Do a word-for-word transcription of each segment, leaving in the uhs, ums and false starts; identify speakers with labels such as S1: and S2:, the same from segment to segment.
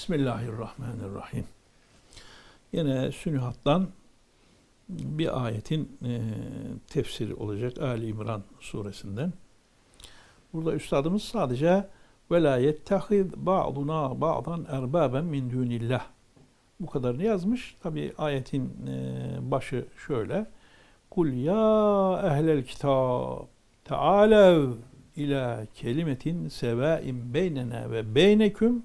S1: Bismillahirrahmanirrahim. Yine Sünnihat'tan bir ayetin e, tefsiri olacak Ali İmran suresinden. Burada üstadımız sadece وَلَا يَتَّخِذْ بَعْضُنَا بَعْضًا اَرْبَابًا مِنْ دُونِ اللّٰهِ bu kadarını yazmış. Tabi ayetin e, başı şöyle. Kul ya ehlel kitab taalev ila kelimetin sevain beynena ve beyneküm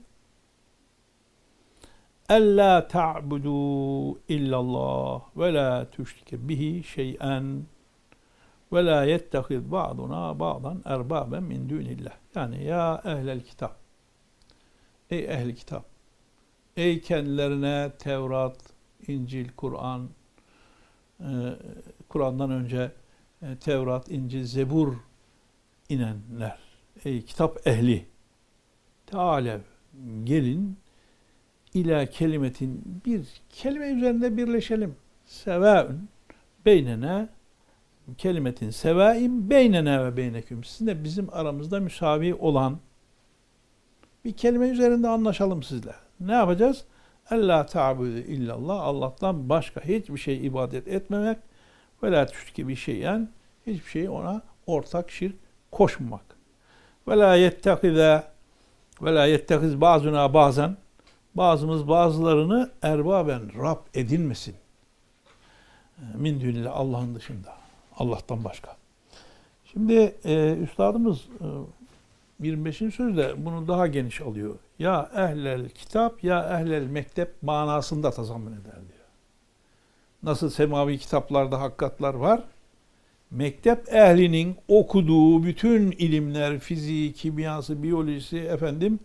S1: alla ta'budu illallah ve la tüşrike bihi şey'en ve la yettehiz ba'duna ba'dan erbaben min dunillah. Yani ya ehlel kitap. Ey ehli kitap. Ey kendilerine Tevrat, İncil, Kur'an, e, Kur'an'dan önce e, Tevrat, İncil, Zebur inenler. Ey kitap ehli. Tealev, gelin ila kelimetin, bir kelime üzerinde birleşelim. Sevaün beynene, kelimetin sevaim beynene ve beyneküm. Sizinle bizim aramızda müsavi olan bir kelime üzerinde anlaşalım sizle. Ne yapacağız? Ella ta'budu illallah. Allah'tan başka hiçbir şey ibadet etmemek ve la tüşrike bir şeyen, hiçbir şeyi ona ortak şirk koşmamak. Ve la yettehize ve la yettehiz bazuna bazen, bazımız bazılarını erbaben Rab edinmesin. Min dünillah, Allah'ın dışında. Allah'tan başka. Şimdi e, üstadımız e, yirmi beşinci sözde bunu daha geniş alıyor. Ya ehlel kitap, ya ehlel mektep manasında tazammun eder diyor. Nasıl semavi kitaplarda hakikatlar var, mektep ehlinin okuduğu bütün ilimler, fiziği, kimyası, biyolojisi, efendim,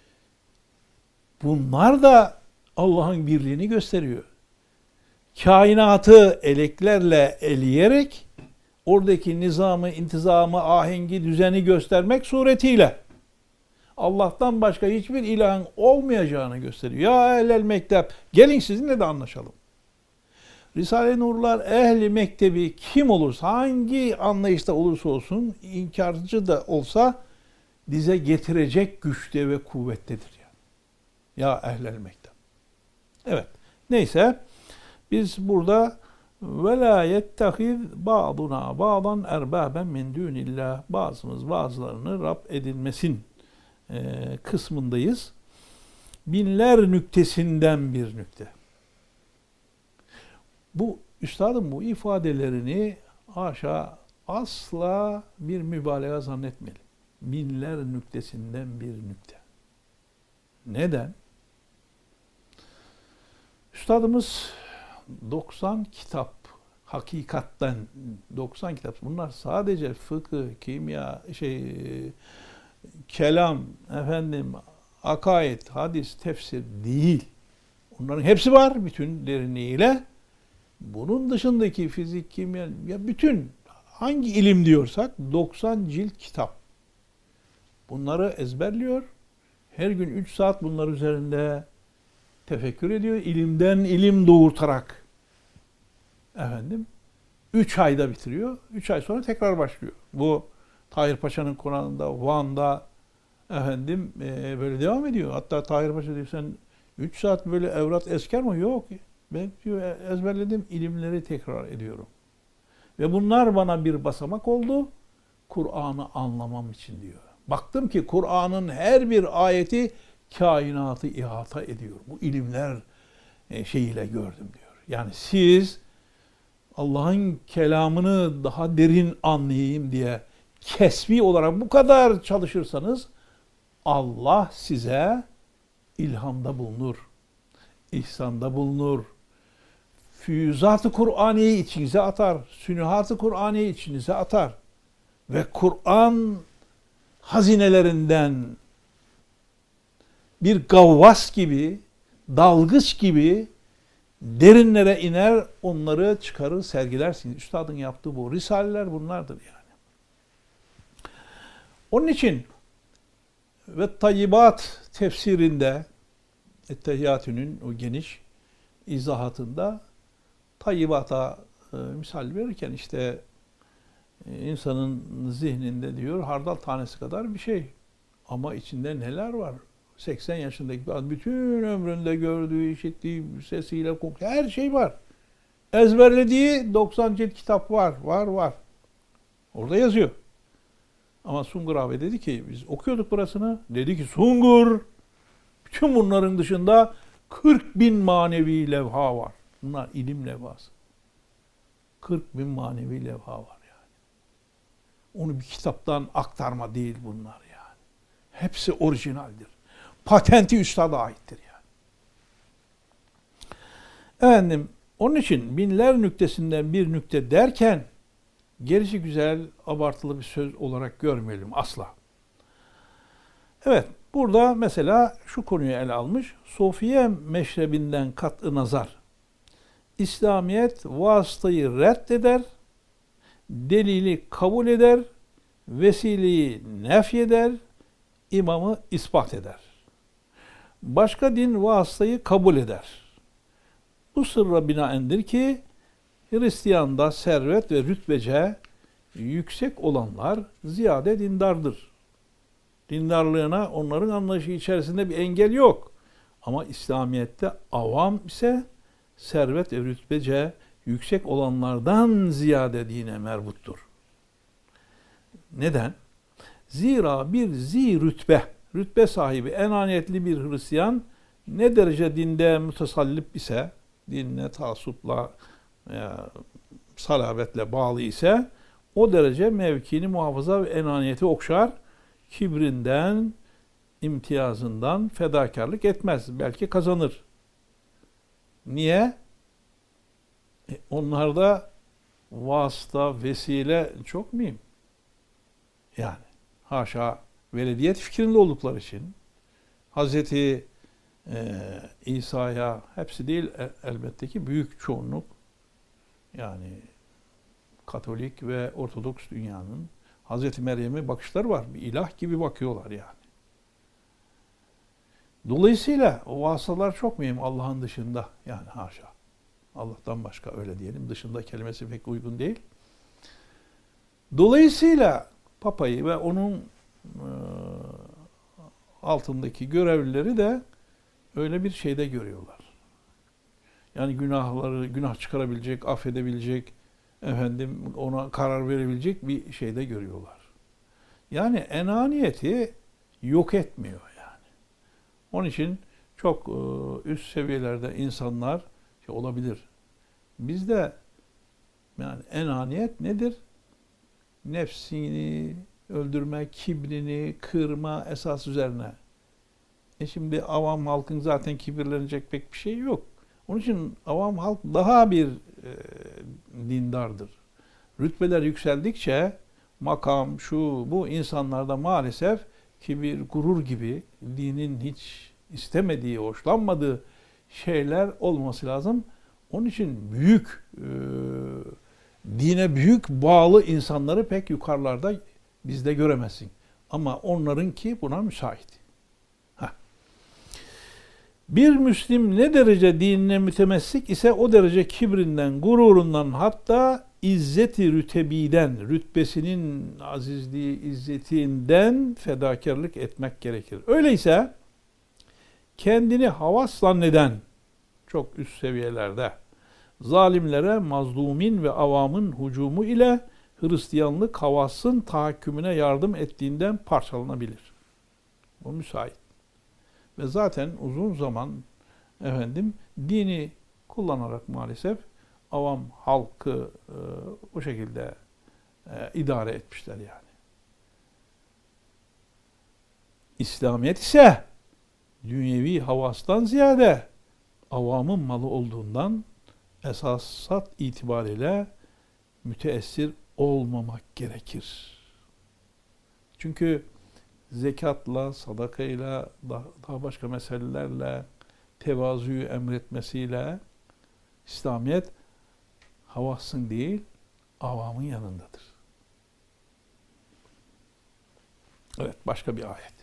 S1: bunlar da Allah'ın birliğini gösteriyor. Kainatı eleklerle eleyerek oradaki nizamı, intizamı, ahengi, düzeni göstermek suretiyle Allah'tan başka hiçbir ilahın olmayacağını gösteriyor. Ya ehlel mektep, gelin sizinle de anlaşalım. Risale-i Nurlar ehli mektebi kim olursa, hangi anlayışta olursa olsun, inkarcı da olsa dize getirecek güçte ve kuvvettedir yani. Ya ehlel mektep. Evet. Neyse, biz burada ve la yettehiz ba'duna ba'dan erbaben min dunillah, bazımız bazılarını Rab edinmesin e, kısmındayız. Binler nüktesinden bir nükte. Bu üstadın bu ifadelerini haşa asla bir mübalağa zannetmeyelim. Binler nüktesinden bir nükte. Neden? Üstadımız doksan kitap, hakikatten doksan kitap. Bunlar sadece fıkıh, kimya, şey, kelam, efendim, akaid, hadis, tefsir değil. Onların hepsi var bütün derinliğiyle. Bunun dışındaki fizik, kimya, ya bütün hangi ilim diyorsak doksan cilt kitap. Bunları ezberliyor. Her gün üç saat bunlar üzerinde tefekkür ediyor. İlimden ilim doğurtarak efendim üç ayda bitiriyor. üç ay sonra tekrar başlıyor. Bu Tahir Paşa'nın konağında, Van'da efendim e, böyle devam ediyor. Hatta Tahir Paşa diyor, sen üç saat böyle evrat esker mi? Yok. Ben diyor ezberledim, ilimleri tekrar ediyorum. Ve bunlar bana bir basamak oldu Kur'an'ı anlamam için diyor. Baktım ki Kur'an'ın her bir ayeti kainatı ihata ediyor. Bu ilimler şeyiyle gördüm diyor. Yani siz Allah'ın kelamını daha derin anlayayım diye kesbi olarak bu kadar çalışırsanız Allah size ilhamda bulunur, ihsanda bulunur. Füyüzat-ı Kur'ani'yi içinize atar, sünnihat-ı Kur'ani'yi içinize atar. Ve Kur'an hazinelerinden bir gavvas gibi, dalgıç gibi derinlere iner, onları çıkarır, sergilersiniz. Üstadın yaptığı bu. Risaleler bunlardır yani. Onun için ve Tayyibat tefsirinde, Ettehiyyatü'nün o geniş izahatında Tayyibata e, misal verirken işte e, insanın zihninde diyor hardal tanesi kadar bir şey. Ama içinde neler var? seksen yaşındaki bir adam bütün ömründe gördüğü, işittiği, sesiyle, kokusu her şey var. Ezberlediği doksan cilt kitap var, var, var. Orada yazıyor. Ama Sungur abi dedi ki, biz okuyorduk burasını. Dedi ki, Sungur, bütün bunların dışında kırk bin manevi levha var. Bunlar ilim levhası. kırk bin manevi levha var yani. Onu bir kitaptan aktarma değil bunlar yani. Hepsi orijinaldir. Patenti üstada aittir yani. Efendim, onun için binler nüktesinden bir nükte derken gerisi güzel, abartılı bir söz olarak görmeyelim asla. Evet, burada mesela şu konuyu ele almış. Sofiye meşrebinden kat'ı nazar. İslamiyet vasıtayı reddeder, delili kabul eder, vesileyi nefyeder, imamı ispat eder. Başka din vasıtayı kabul eder. Bu sırra binaendir ki Hristiyan'da servet ve rütbece yüksek olanlar ziyade dindardır. Dindarlığına onların anlayışı içerisinde bir engel yok. Ama İslamiyet'te avam ise servet ve rütbece yüksek olanlardan ziyade dine merbuttur. Neden? Zira bir zi rütbe, rütbe sahibi, enaniyetli bir Hristiyan ne derece dinde mütasallip ise, dinle, taassupla, ya, salabetle bağlı ise o derece mevkini muhafaza ve enaniyeti okşar, kibrinden, imtiyazından fedakarlık etmez. Belki kazanır. Niye? E, onlarda vasıta, vesile çok mühim. Yani haşa velediyet fikrinde oldukları için Hazreti e, İsa'ya, hepsi değil elbette ki büyük çoğunluk, yani Katolik ve Ortodoks dünyanın Hazreti Meryem'e bakışları var. Bir ilah gibi bakıyorlar yani. Dolayısıyla o vasıtalar çok mühim Allah'ın dışında. Yani haşa. Allah'tan başka, öyle diyelim. Dışında kelimesi pek uygun değil. Dolayısıyla Papa'yı ve onun e, altındaki görevlileri de öyle bir şeyde görüyorlar. Yani günahları, günah çıkarabilecek, affedebilecek, efendim ona karar verebilecek bir şeyde görüyorlar. Yani enaniyeti yok etmiyor yani. Onun için çok üst seviyelerde insanlar şey olabilir. Bizde yani enaniyet nedir? Nefsini öldürme, kibrini kırma esas üzerine. E şimdi avam halkın zaten kibirlenecek pek bir şey yok. Onun için avam halk daha bir e, dindardır. Rütbeler yükseldikçe makam, şu, bu insanlarda maalesef kibir, gurur gibi dinin hiç istemediği, hoşlanmadığı şeyler olması lazım. Onun için büyük, e, dine büyük bağlı insanları pek yukarılarda bizde göremezsin. Ama onlarınki buna müsait. Heh. Bir Müslim ne derece dinine mütemessik ise o derece kibrinden, gururundan, hatta izzeti rütebiden, rütbesinin azizliği, izzetinden fedakarlık etmek gerekir. Öyleyse kendini havas zanneden, çok üst seviyelerde, zalimlere mazlumin ve avamın hücumu ile Hristiyanlık havasın tahakkümüne yardım ettiğinden parçalanabilir. Bu müsait. Ve zaten uzun zaman efendim dini kullanarak maalesef avam halkı e, o şekilde e, idare etmişler yani. İslamiyet ise dünyevi havastan ziyade avamın malı olduğundan esasat itibariyle müteessir olmamak gerekir. Çünkü zekatla, sadakayla, daha başka meselelerle, tevazuyu emretmesiyle İslamiyet havasın değil, avamın yanındadır. Evet, başka bir ayet.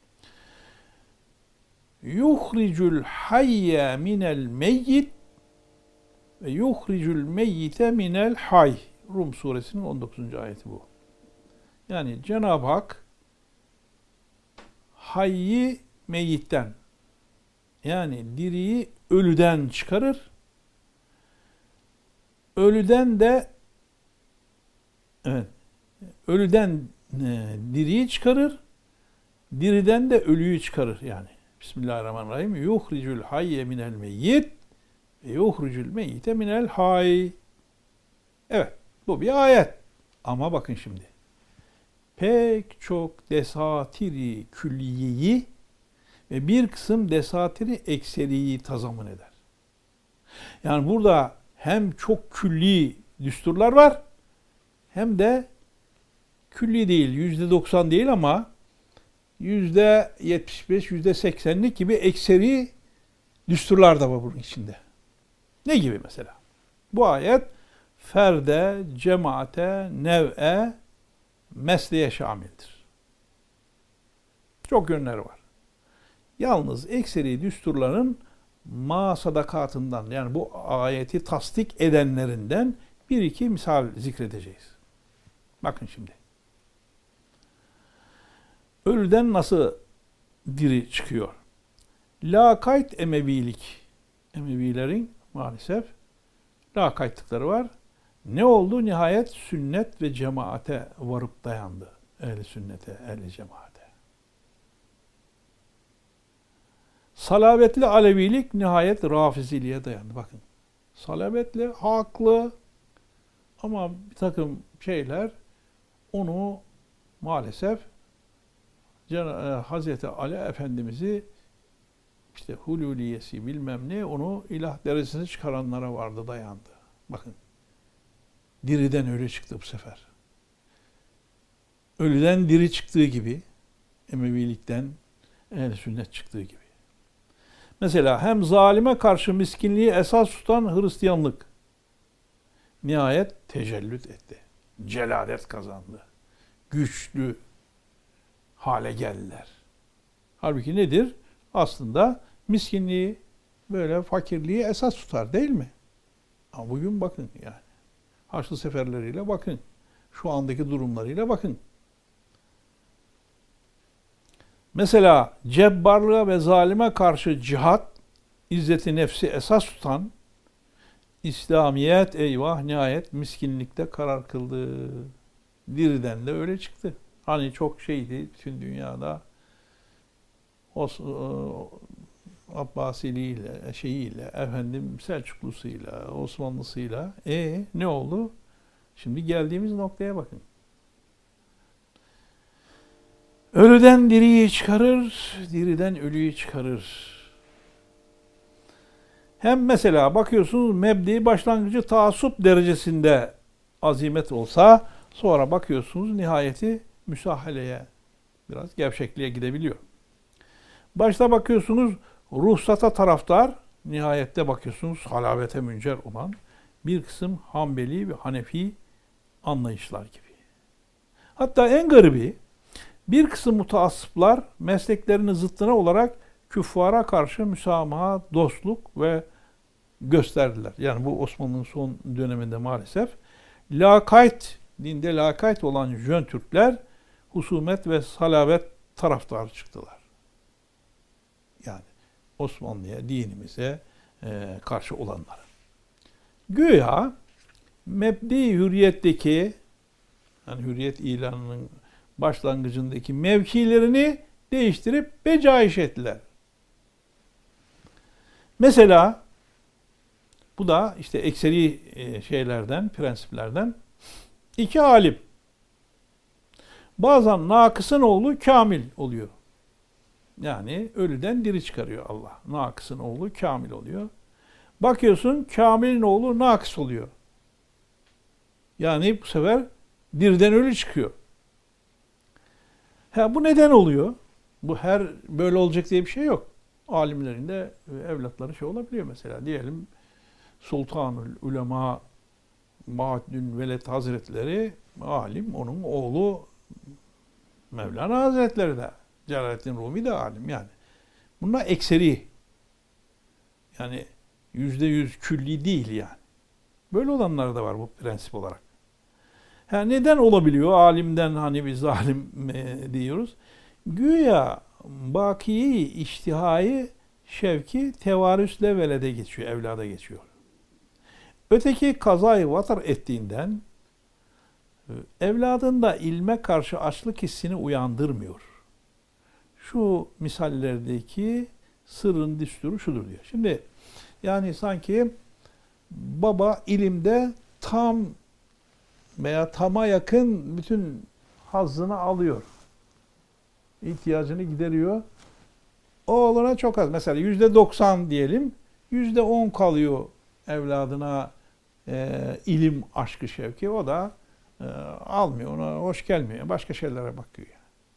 S1: Yuhricul hayye minel meyyit ve yuhricul meyyite minel hay. Rum suresinin on dokuzuncu ayeti bu. Yani Cenab-ı Hak hayyi meyyitten. Yani diriyi ölüden çıkarır. Ölüden de evet, ölüden e, diriyi çıkarır. Diriden de ölüyü çıkarır yani. Bismillahirrahmanirrahim. Yuhricul hayye minel meyyit ve yuhricul meyyite minel hayy. Evet, bu bir ayet. Ama bakın şimdi. Pek çok desatiri külliyeyi ve bir kısım desatiri ekseriyi tazamun eder. Yani burada hem çok külli düsturlar var, hem de külli değil, yüzde doksan değil ama yüzde yetmiş beş, yüzde seksenlik gibi ekseri düsturlar da var bunun içinde. Ne gibi mesela? Bu ayet ferde, cemaate, nev'e, mesleğe şamildir. Çok yönleri var. Yalnız ekseri düsturların ma sadakatından, yani bu ayeti tasdik edenlerinden bir iki misal zikredeceğiz. Bakın şimdi. Ölüden nasıl diri çıkıyor? Lakayt Emevilik. Emevilerin maalesef lakaytlıkları var. Ne oldu? Nihayet sünnet ve cemaate varıp dayandı. Ehli sünnete, ehli cemaate. Salabetli Alevilik nihayet Rafiziliğe dayandı. Bakın. Salabetli, haklı ama bir takım şeyler onu maalesef Hazreti Ali Efendimiz'i işte hululiyesi bilmem ne onu ilah derecesine çıkaranlara vardı, dayandı. Bakın. Diriden ölü çıktı bu sefer. Ölüden diri çıktığı gibi, Emevilikten ehl-i sünnet çıktığı gibi. Mesela hem zalime karşı miskinliği esas tutan Hristiyanlık nihayet tecellüt etti. Celalet kazandı. Güçlü hale geldiler. Halbuki nedir? Aslında miskinliği, böyle fakirliği esas tutar değil mi? Ama bugün bakın yani. Haçlı seferleriyle bakın. Şu andaki durumlarıyla bakın. Mesela cebbarlığa ve zalime karşı cihat, izzeti nefsi esas tutan İslamiyet eyvah nihayet miskinlikte karar kıldı. Diriden de öyle çıktı. Hani çok şeydi bütün dünyada Os Abbasiliyle, şeyiyle, efendim Selçuklusuyla, Osmanlısıyla. E ne oldu? Şimdi geldiğimiz noktaya bakın. Ölüden diriyi çıkarır, diriden ölüyü çıkarır. Hem mesela bakıyorsunuz mebdi başlangıcı taassup derecesinde azimet olsa sonra bakıyorsunuz nihayeti müsahaleye, biraz gevşekliğe gidebiliyor. Başta bakıyorsunuz ruhsata taraftar, nihayette bakıyorsunuz halavete müncer olan bir kısım Hanbeli ve Hanefi anlayışlar gibi. Hatta en garibi bir kısım mutaassıplar mesleklerinin zıttına olarak küffara karşı müsamaha, dostluk ve gösterdiler. Yani bu Osmanlı'nın son döneminde maalesef lakayt, dinde lakayt olan Jön Türkler husumet ve salavet taraftarı çıktılar. Yani Osmanlı'ya, dinimize e, karşı olanlar. Güya mebdi hürriyetteki, yani hürriyet ilanının başlangıcındaki mevkilerini değiştirip becaiş ettiler. Mesela bu da işte ekseri şeylerden, prensiplerden iki alim. Bazen nakısın oğlu kamil oluyor. Yani ölüden diri çıkarıyor Allah. Nakısın oğlu kamil oluyor. Bakıyorsun kamilin oğlu nakıs oluyor. Yani bu sefer diriden ölü çıkıyor. Ha, bu neden oluyor? Bu her böyle olacak diye bir şey yok. Alimlerin de evlatları şey olabiliyor mesela. Diyelim Sultanül Ulema Bahaddin Veled Hazretleri alim, onun oğlu Mevlana Hazretleri de, Celaleddin Rumi de alim yani. Bunlar ekseri. Yani yüzde yüz külli değil yani. Böyle olanlar da var bu prensip olarak. Ha, neden olabiliyor? Alimden hani biz alim e, diyoruz. Güya bakiyi, iştihayı, şevki tevarüsle velede geçiyor, evlada geçiyor. Öteki kazayı vatar ettiğinden evladında ilme karşı açlık hissini uyandırmıyor. Şu misallerdeki sırrın düsturu şudur diyor. Şimdi yani sanki baba ilimde tam veya tama yakın bütün hazzını alıyor. İhtiyacını gideriyor. Oğluna çok az. Mesela yüzde doksan diyelim. Yüzde on kalıyor evladına e, ilim aşkı şevki. O da e, almıyor. Ona hoş gelmiyor. Başka şeylere bakıyor.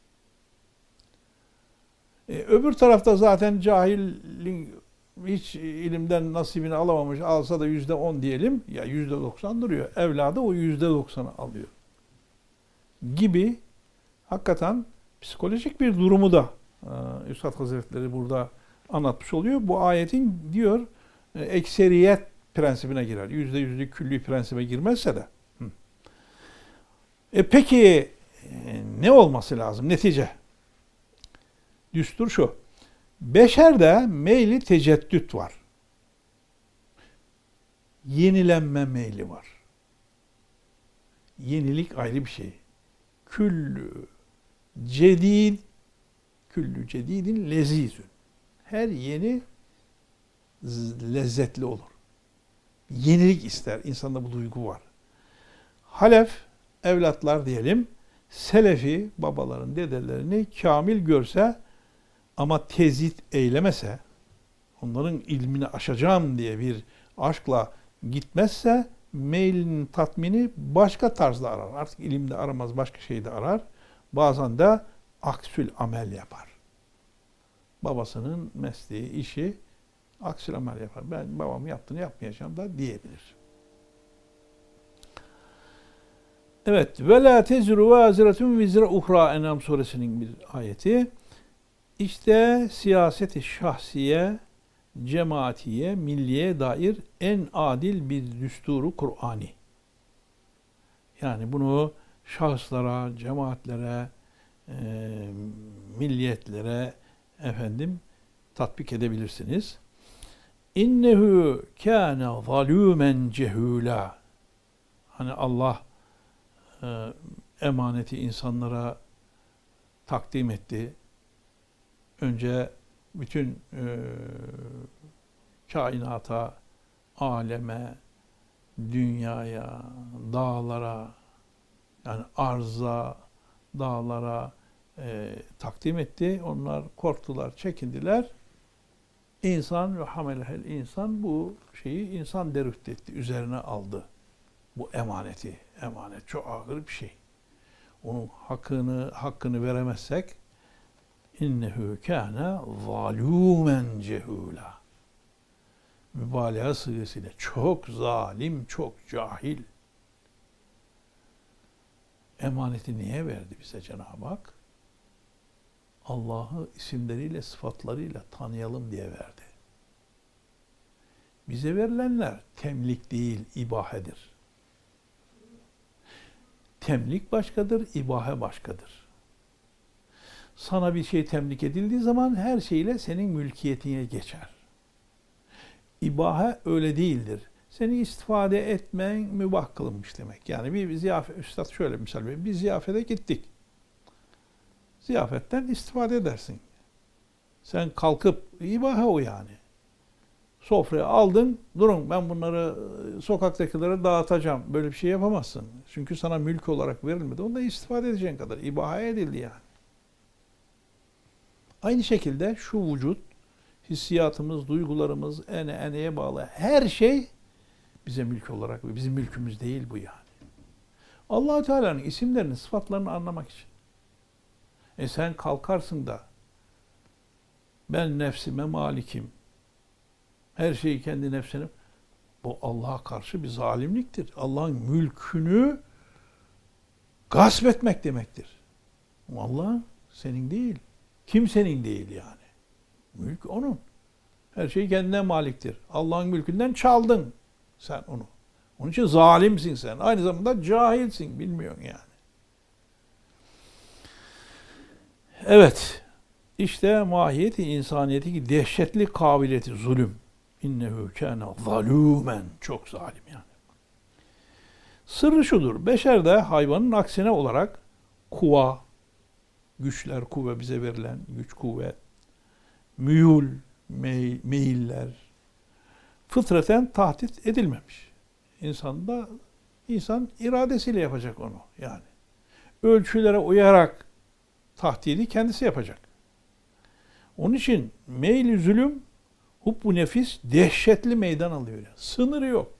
S1: E, öbür tarafta zaten cahilin hiç ilimden nasibini alamamış. Alsa da yüzde on diyelim. Ya yüzde doksan duruyor. Evladı o yüzde doksanı alıyor. Gibi hakikaten psikolojik bir durumu da e, Üstad Hazretleri burada anlatmış oluyor. Bu ayetin diyor e, ekseriyet prensibine girer. Yüzde yüzlük külli prensibe girmezse de. Hı. E peki e, ne olması lazım? Netice. Düstur şu. Beşerde meyli teceddüt var. Yenilenme meyli var. Yenilik ayrı bir şey. Küllü cedid, küllü cedidin lezizün. Her yeni lezzetli olur. Yenilik ister. İnsanda bu duygu var. Halef, evlatlar diyelim, selefi, babaların, dedelerini kamil görse ama tezit eylemese, onların ilmini aşacağım diye bir aşkla gitmezse, meylinin tatmini başka tarzda arar. Artık ilimde aramaz, başka şeyde arar. Bazen de aksül amel yapar. Babasının mesleği, işi aksül amel yapar. Ben babamın yaptığını yapmayacağım da diyebilir. Evet. Ve la tezru vaziretun vizre uhra En'am suresinin bir ayeti. İşte siyaseti şahsiye, cemaatiye, milliye dair en adil bir düsturu Kur'ani. Yani bunu şahıslara, cemaatlere, e, milliyetlere efendim tatbik edebilirsiniz. İnnehu kâne zalûmen cehûlâ. Hani Allah e, emaneti insanlara takdim etti. Önce bütün e, kainata, aleme, dünyaya, dağlara, yani arza, dağlara e, takdim etti. Onlar korktular, çekindiler. İnsan ve hamelehel insan bu şeyi insan derüft etti, üzerine aldı. Bu emaneti. Emanet çok ağır bir şey. Onun hakkını hakkını veremezsek innehu kâne zalûmen cehûlâ. Mübalağa sırasıyla çok zalim, çok cahil. Emaneti niye verdi bize Cenab-ı Hak? Allah'ı isimleriyle, sıfatlarıyla tanıyalım diye verdi. Bize verilenler temlik değil, ibahedir. Temlik başkadır, ibahe başkadır. Sana bir şey temlik edildiği zaman her şeyle senin mülkiyetine geçer. İbahe öyle değildir. Seni istifade etmen mübah kılınmış demek. Yani bir ziyafet, üstad şöyle misal vereyim. Bir ziyafete gittik. Ziyafetten istifade edersin. Sen kalkıp, ibahe o yani. Sofraya aldın, durun ben bunları sokaktakilere dağıtacağım. Böyle bir şey yapamazsın. Çünkü sana mülk olarak verilmedi. Onda istifade edeceğin kadar ibahe edildi yani. Aynı şekilde şu vücut, hissiyatımız, duygularımız, ene eneye bağlı her şey bize mülk olarak ve bizim mülkümüz değil bu yani. Allah-u Teala'nın isimlerini, sıfatlarını anlamak için. E sen kalkarsın da ben nefsime malikim. Her şeyi kendi nefsine. Bu Allah'a karşı bir zalimliktir. Allah'ın mülkünü gasp etmek demektir. Allah senin değil. Kimsenin değil yani. Mülk onun. Her şey kendine maliktir. Allah'ın mülkünden çaldın sen onu. Onun için zalimsin sen. Aynı zamanda cahilsin. Bilmiyorsun yani. Evet. İşte mahiyeti insaniyeti dehşetli kabiliyeti zulüm. İnnehu kâne zalûmen. Çok zalim yani. Sırrı şudur. Beşerde hayvanın aksine olarak kuva, güçler, kuvve bize verilen güç, kuvvet, müyül, mey, meyiller fıtraten tahdit edilmemiş. İnsan da insan iradesiyle yapacak onu yani. Ölçülere uyarak tahdidi kendisi yapacak. Onun için meyli zulüm, hubbu nefis dehşetli meydan alıyor. Yani. Sınırı yok.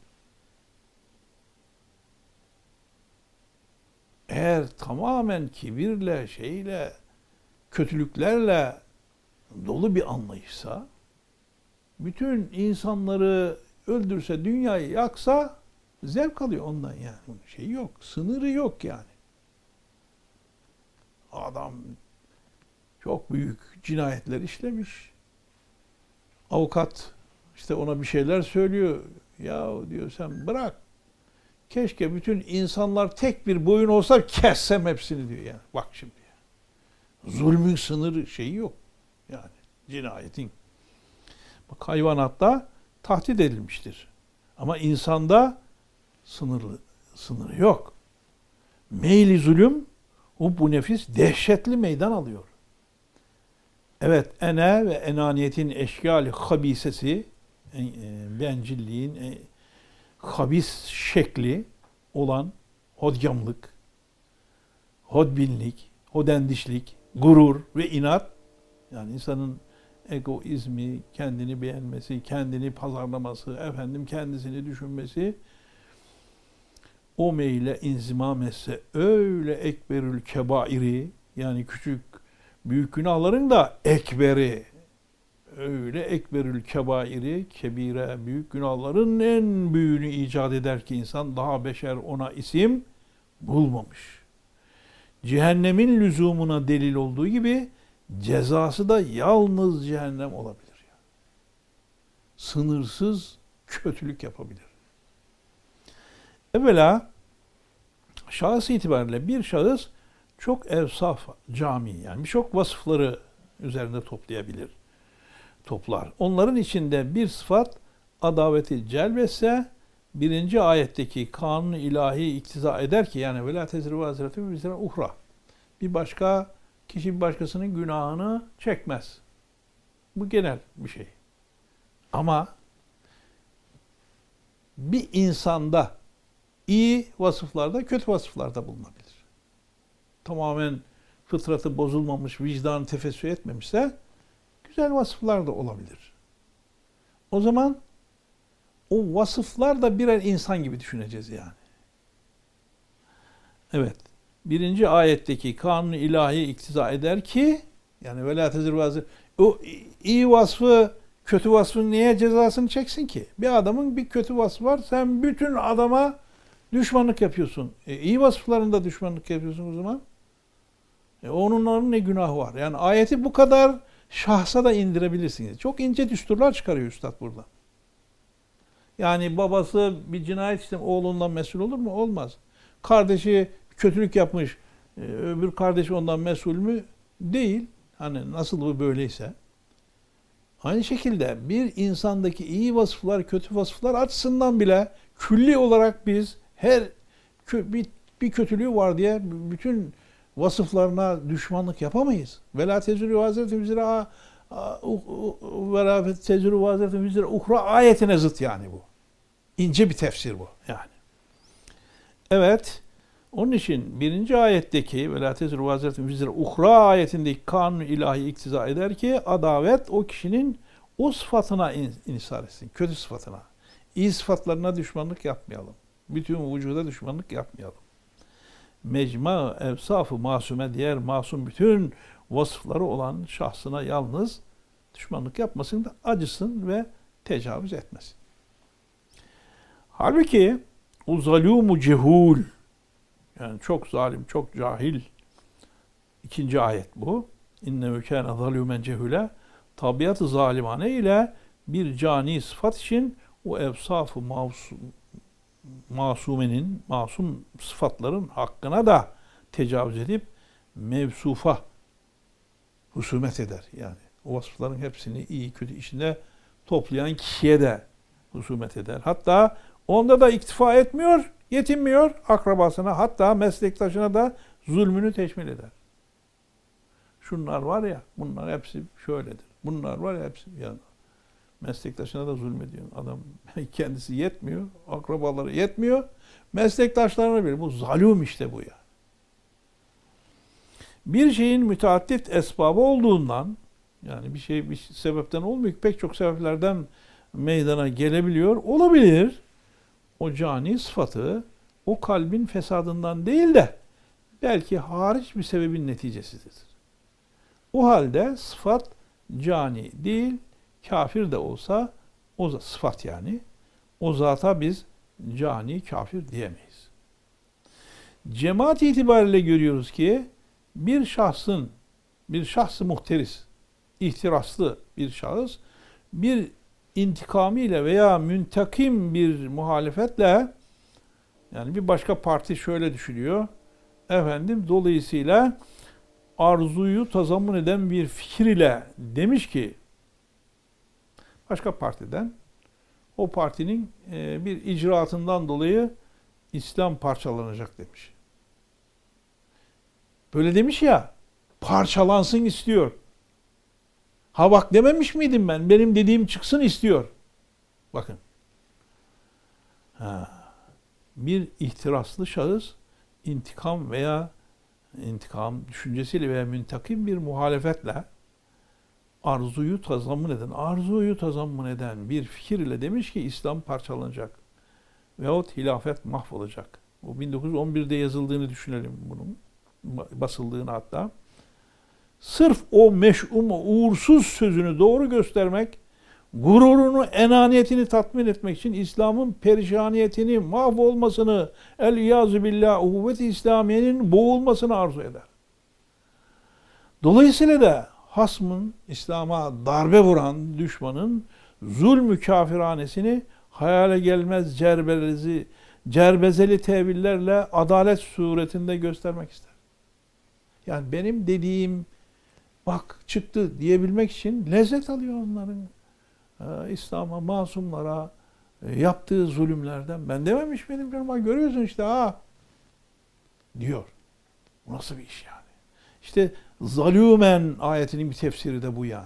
S1: Eğer tamamen kibirle, şeyle, kötülüklerle dolu bir anlayışsa, bütün insanları öldürse, dünyayı yaksa zevk alıyor ondan yani. Bunun şeyi yok, sınırı yok yani. Adam çok büyük cinayetler işlemiş. Avukat işte ona bir şeyler söylüyor. Ya diyor sen bırak. Keşke bütün insanlar tek bir boyun olsa kessem hepsini diyor yani. Bak şimdi. Zulmün sınırı şeyi yok. Yani cinayetin. Bak hayvanatta tahdit edilmiştir. Ama insanda sınırlı sınırı yok. Meyli zulüm o bu nefis dehşetli meydan alıyor. Evet, ene ve enaniyetin eşkali habisesi, e, bencilliğin e, habis şekli olan hodgamlık, hodbinlik, hodendişlik, gurur ve inat, yani insanın egoizmi, kendini beğenmesi, kendini pazarlaması, efendim kendisini düşünmesi, o meyle inzimam etse öyle ekberül kebairi, yani küçük büyük günahların da ekberi, öyle ekberül kebairi, kebire, büyük günahların en büyüğünü icat eder ki insan, daha beşer ona isim bulmamış. Cehennemin lüzumuna delil olduğu gibi cezası da yalnız cehennem olabilir. Yani. Sınırsız kötülük yapabilir. Evvela şahıs itibariyle bir şahıs çok evsaf, cami yani birçok vasıfları üzerinde toplayabilir, toplar. Onların içinde bir sıfat adaveti celbetse birinci ayetteki kanun ilahi iktiza eder ki yani velâ tezri vâziretü vizre uhra. Bir başka kişi bir başkasının günahını çekmez. Bu genel bir şey. Ama bir insanda iyi vasıflarda, kötü vasıflarda bulunabilir. Tamamen fıtratı bozulmamış, vicdanı tefessü etmemişse güzel vasıflar da olabilir. O zaman o vasıflar da birer insan gibi düşüneceğiz yani. Evet. Birinci ayetteki kanun ilahi iktiza eder ki yani velâ tezir vazir o iyi vasfı kötü vasfın niye cezasını çeksin ki? Bir adamın bir kötü vasfı var. Sen bütün adama düşmanlık yapıyorsun. E, iyi vasıflarında düşmanlık yapıyorsun o zaman. E, onların ne günahı var? Yani ayeti bu kadar şahsa da indirebilirsiniz. Çok ince düsturlar çıkarıyor üstad burada. Yani babası bir cinayet işlemi oğlundan mesul olur mu? Olmaz. Kardeşi kötülük yapmış, e, öbür kardeşi ondan mesul mü? Değil. Hani nasıl bu böyleyse. Aynı şekilde bir insandaki iyi vasıflar, kötü vasıflar açısından bile külli olarak biz her bir, bir kötülüğü var diye bütün vasıflarına düşmanlık yapamayız. Velâ tezürü vâziretü vizre velâ tezürü vâziretü vizre uhra ayetine zıt yani bu. İnce bir tefsir bu yani. Evet. Onun için birinci ayetteki velâ tezürü vâziretü vizre uhra ayetindeki kanun ilahi iktiza eder ki adavet o kişinin o sıfatına inisar etsin. Kötü sıfatına. İyi sıfatlarına düşmanlık yapmayalım. Bütün vücuda düşmanlık yapmayalım. Mecma evsaf-ı masume diğer masum bütün vasıfları olan şahsına yalnız düşmanlık yapmasın da acısın ve tecavüz etmesin. Halbuki o zalûmu cehûl yani çok zalim, çok cahil ikinci ayet bu. İnnehu kâne zalûmen cehûle tabiat-ı zalimane ile bir cani sıfat için o evsaf-ı masumenin, masum sıfatların hakkına da tecavüz edip mevsufa husumet eder yani. O vasıfların hepsini iyi kötü içinde toplayan kişiye de husumet eder. Hatta onda da iktifa etmiyor, yetinmiyor akrabasına, hatta meslektaşına da zulmünü teşmil eder. Şunlar var ya, bunlar hepsi şöyledir. Bunlar var ya hepsi yani. Meslektaşına da zulmediyor. Adam kendisi yetmiyor, akrabaları yetmiyor. Meslektaşlarına bile. Bu zalim işte bu ya. Bir şeyin müteaddit esbabı olduğundan, yani bir şey bir sebepten olmuyor, pek çok sebeplerden meydana gelebiliyor. Olabilir. O cani sıfatı o kalbin fesadından değil de belki hariç bir sebebin neticesidir. O halde sıfat cani değil, kafir de olsa o sıfat yani o zata biz cani, kafir diyemeyiz. Cemaat itibariyle görüyoruz ki bir şahsın, bir şahs-ı muhteris, ihtiraslı bir şahıs bir intikamiyle veya müntakim bir muhalefetle, yani bir başka parti şöyle düşünüyor efendim, dolayısıyla arzuyu tazammun eden bir fikir ile demiş ki başka partiden, o partinin bir icraatından dolayı İslam parçalanacak demiş. Böyle demiş ya, parçalansın istiyor. Ha bak dememiş miydim ben? Benim dediğim çıksın istiyor. Bakın. Ha. Bir ihtiraslı şahıs intikam veya intikam düşüncesiyle veya müntakim bir muhalefetle arzuyu tazammun eden, arzuyu tazammun eden bir fikir ile demiş ki İslam parçalanacak veyahut hilafet mahvolacak. Bu bin dokuz yüz on birde yazıldığını düşünelim bunun. Basıldığını hatta. Sırf o meş'um, uğursuz sözünü doğru göstermek, gururunu, enaniyetini tatmin etmek için İslam'ın perişaniyetini, mahvolmasını, el-iyâzü billah, uhuvvet-i İslamiye'nin boğulmasını arzu eder. Dolayısıyla da hasmın, İslam'a darbe vuran düşmanın zulmü kafiranesini hayale gelmez cerbelezi, cerbezeli tevillerle adalet suretinde göstermek ister. Yani benim dediğim bak çıktı diyebilmek için lezzet alıyor onların e, İslam'a, masumlara e, yaptığı zulümlerden. Ben dememiş benim canım, görüyorsun işte ha diyor. Bu nasıl bir iş yani? İşte zalûmen ayetinin bir tefsiri de bu yani.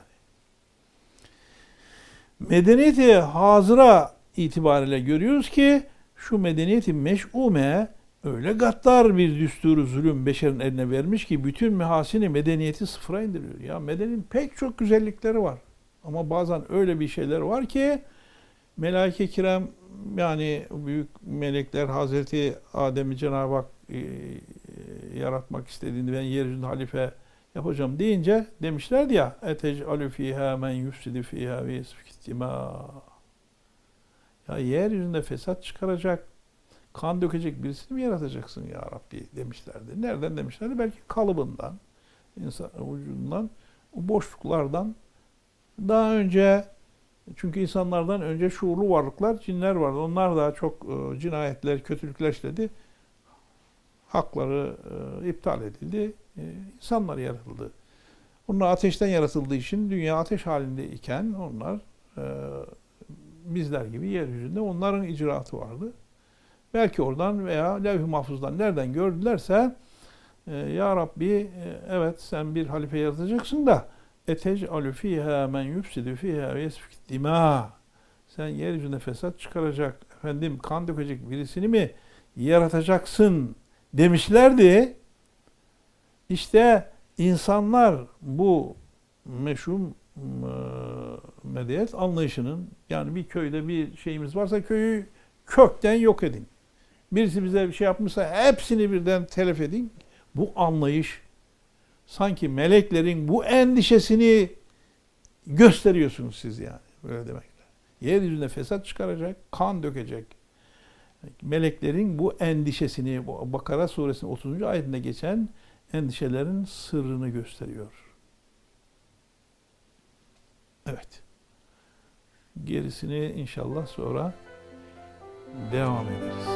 S1: Medeniyeti hazıra itibariyle görüyoruz ki şu medeniyeti meş'ume öyle gaddar bir düsturu zulüm beşerin eline vermiş ki bütün mehasini medeniyeti sıfıra indiriyor. Ya medeniyetin pek çok güzellikleri var. Ama bazen öyle bir şeyler var ki Melaike-i Kiram, yani büyük melekler Hazreti Adem'i Cenab-ı Hak e, yaratmak istediğinde ben yeryüzünde halife yapacağım deyince demişlerdi ya etec'alü fîhâ men yufsidu fîhâ ve yesfikittimâ. Ya yeryüzünde fesat çıkaracak, kan dökecek birisini mi yaratacaksın ya Rabbi demişlerdi. Nereden demişlerdi? Belki kalıbından, insan vücudundan, o boşluklardan. Daha önce, çünkü insanlardan önce şuurlu varlıklar, cinler vardı. Onlar da çok e, cinayetler, kötülükler işledi. Hakları e, iptal edildi. E, insanlar yaratıldı. Onlar ateşten yaratıldığı için dünya ateş halinde iken onlar e, bizler gibi yeryüzünde onların icraatı vardı. Belki oradan veya levh-i mahfuzdan nereden gördülerse e, ya Rabbi e, evet sen bir halife yaratacaksın da etec'alü fîhâ men yufsidu fîhâ ve yesfikittimâ. Sen yeryüzünde fesat çıkaracak, efendim kan dökecek birisini mi yaratacaksın demişlerdi. İşte insanlar bu meşhum medeniyet anlayışının, yani bir köyde bir şeyimiz varsa köyü kökten yok edin. Birisi bize bir şey yapmışsa hepsini birden telef edin. Bu anlayış sanki meleklerin bu endişesini gösteriyorsunuz siz yani. Böyle demekle. Yeryüzünde fesat çıkaracak, kan dökecek. Meleklerin bu endişesini, Bakara suresinin otuzuncu ayetinde geçen endişelerin sırrını gösteriyor. Evet. Gerisini inşallah sonra devam ederiz.